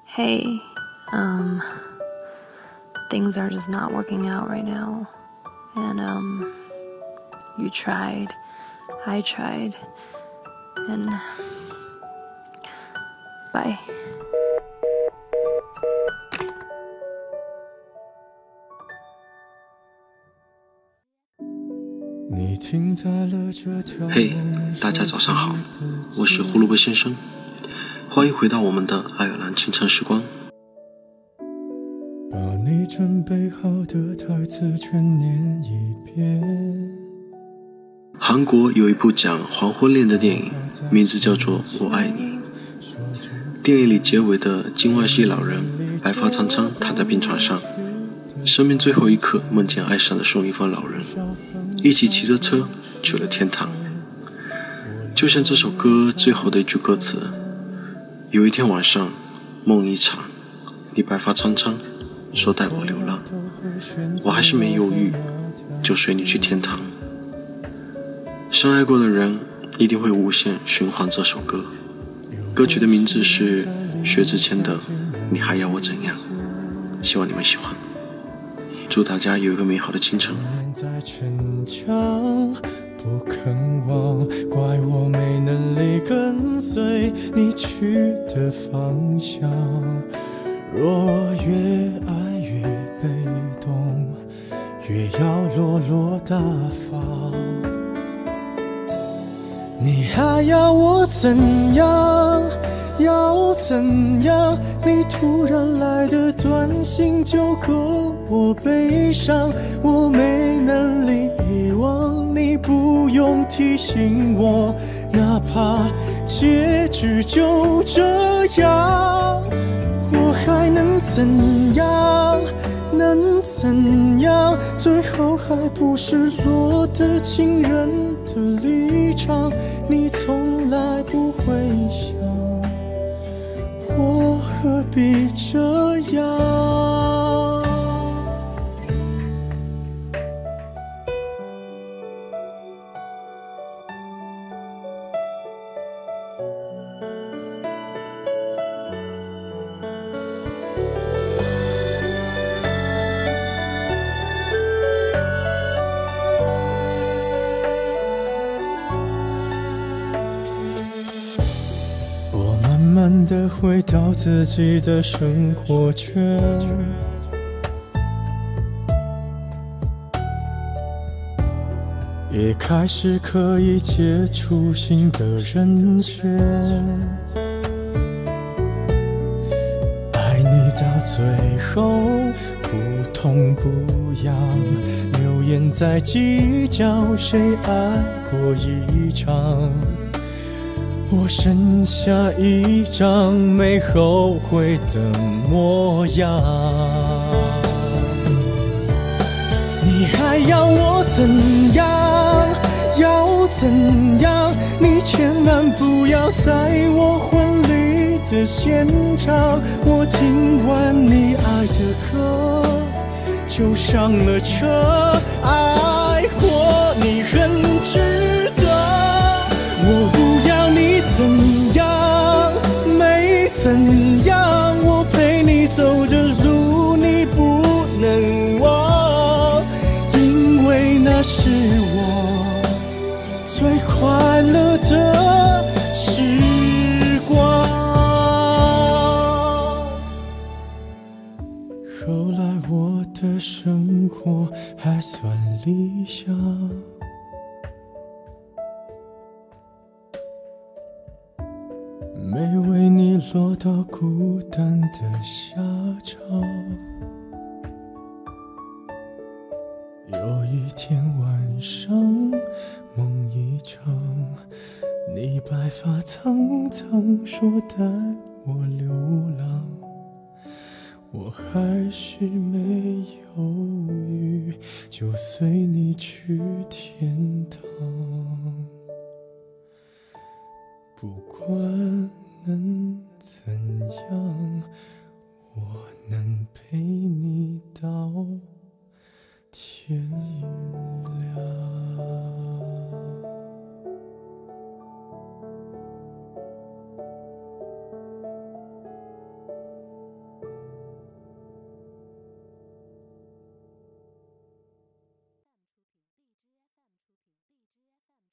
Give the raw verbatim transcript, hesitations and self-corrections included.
Hey, um, things are just not working out right now. And, um, you tried, I tried, and bye. 嘿，大家早上好，我是胡萝卜先生，欢迎回到我们的爱尔兰清晨时光。 把你准备好的台词全念一遍。 韩国有一部讲黄昏恋的电影，名字叫做《我爱你》。电影里结尾的金万熙老人白发苍苍躺在病床上，生命最后一刻梦见爱上的宋一峰老人，一起骑着车去了天堂。就像这首歌最后的一句歌词，有一天晚上梦一场，你白发苍苍说带我流浪，我还是没犹豫，就随你去天堂。相爱过的人一定会无限循环这首歌，歌曲的名字是薛之谦的《你还要我怎样》，希望你们喜欢。祝大家有一个美好的清晨。 在逞强不肯忘，怪我没能力跟随你去的方向。若越爱越被动，越要落落大方。你还要我怎样？要怎样？你突然来的短信就够我悲伤，我没能力遗忘，你不用提醒我，哪怕结局就这样，我还能怎样？能怎样？最后还不是落得情人的立场，你从来不会想，我何必这样？慢慢地回到自己的生活圈，也开始可以接触新的人选。爱你到最后不痛不痒，流言在计较谁爱过一场，我剩下一张没后悔的模样。你还要我怎样？要怎样？你千万不要在我婚礼的现场，我听完你爱的歌就上了车，爱过你很值得，我不要你怎样，没怎样，我陪你走的路你不能忘，因为那是我最快乐的时光。后来我的生活还算理想，没为你落到孤单的下场。有一天晚上梦一场，你白发苍苍说带我流浪，我还是没犹豫，就随你去天堂。不管能怎样，我能陪你到天